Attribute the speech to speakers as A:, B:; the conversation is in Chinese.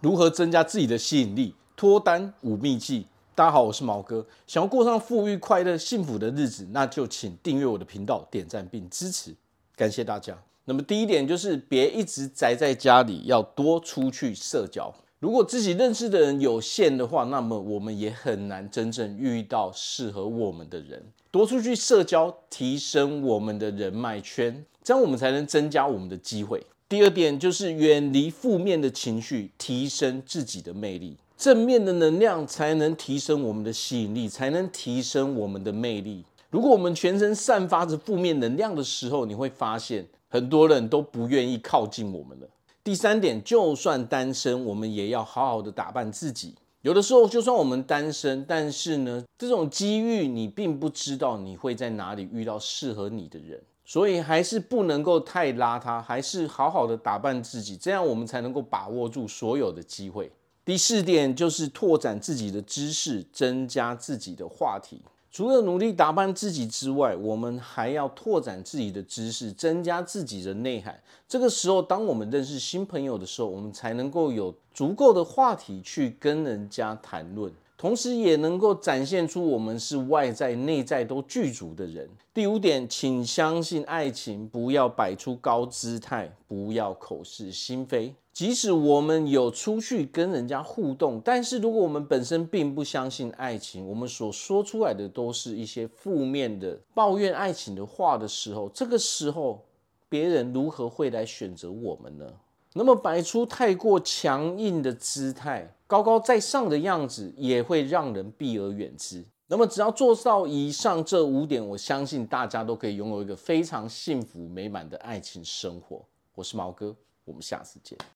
A: 如何增加自己的吸引力？脱单5秘技。大家好，我是毛哥。想要过上富裕、快乐、幸福的日子，那就请订阅我的频道、点赞并支持，感谢大家。那么第一点就是别一直宅在家里，要多出去社交。如果自己认识的人有限的话，那么我们也很难真正遇到适合我们的人。多出去社交，提升我们的人脉圈，这样我们才能增加我们的机会。第二点就是远离负面的情绪，提升自己的魅力。正面的能量才能提升我们的吸引力，才能提升我们的魅力。如果我们全身散发着负面能量的时候，你会发现很多人都不愿意靠近我们了。第三点，就算单身，我们也要好好的打扮自己。有的时候，就算我们单身，但是呢，这种机遇你并不知道你会在哪里遇到适合你的人，所以还是不能够太邋遢，还是好好的打扮自己，这样我们才能够把握住所有的机会。第四点就是拓展自己的知识，增加自己的话题。除了努力打扮自己之外，我们还要拓展自己的知识，增加自己的内涵。这个时候，当我们认识新朋友的时候，我们才能够有足够的话题去跟人家谈论，同时也能够展现出我们是外在内在都具足的人。第五点，请相信爱情，不要摆出高姿态，不要口是心非。即使我们有出去跟人家互动，但是如果我们本身并不相信爱情，我们所说出来的都是一些负面的抱怨爱情的话的时候，这个时候别人如何会来选择我们呢？那么摆出太过强硬的姿态，高高在上的样子，也会让人避而远之。那么只要做到以上这5点，我相信大家都可以拥有一个非常幸福美满的爱情生活。我是毛哥，我们下次见。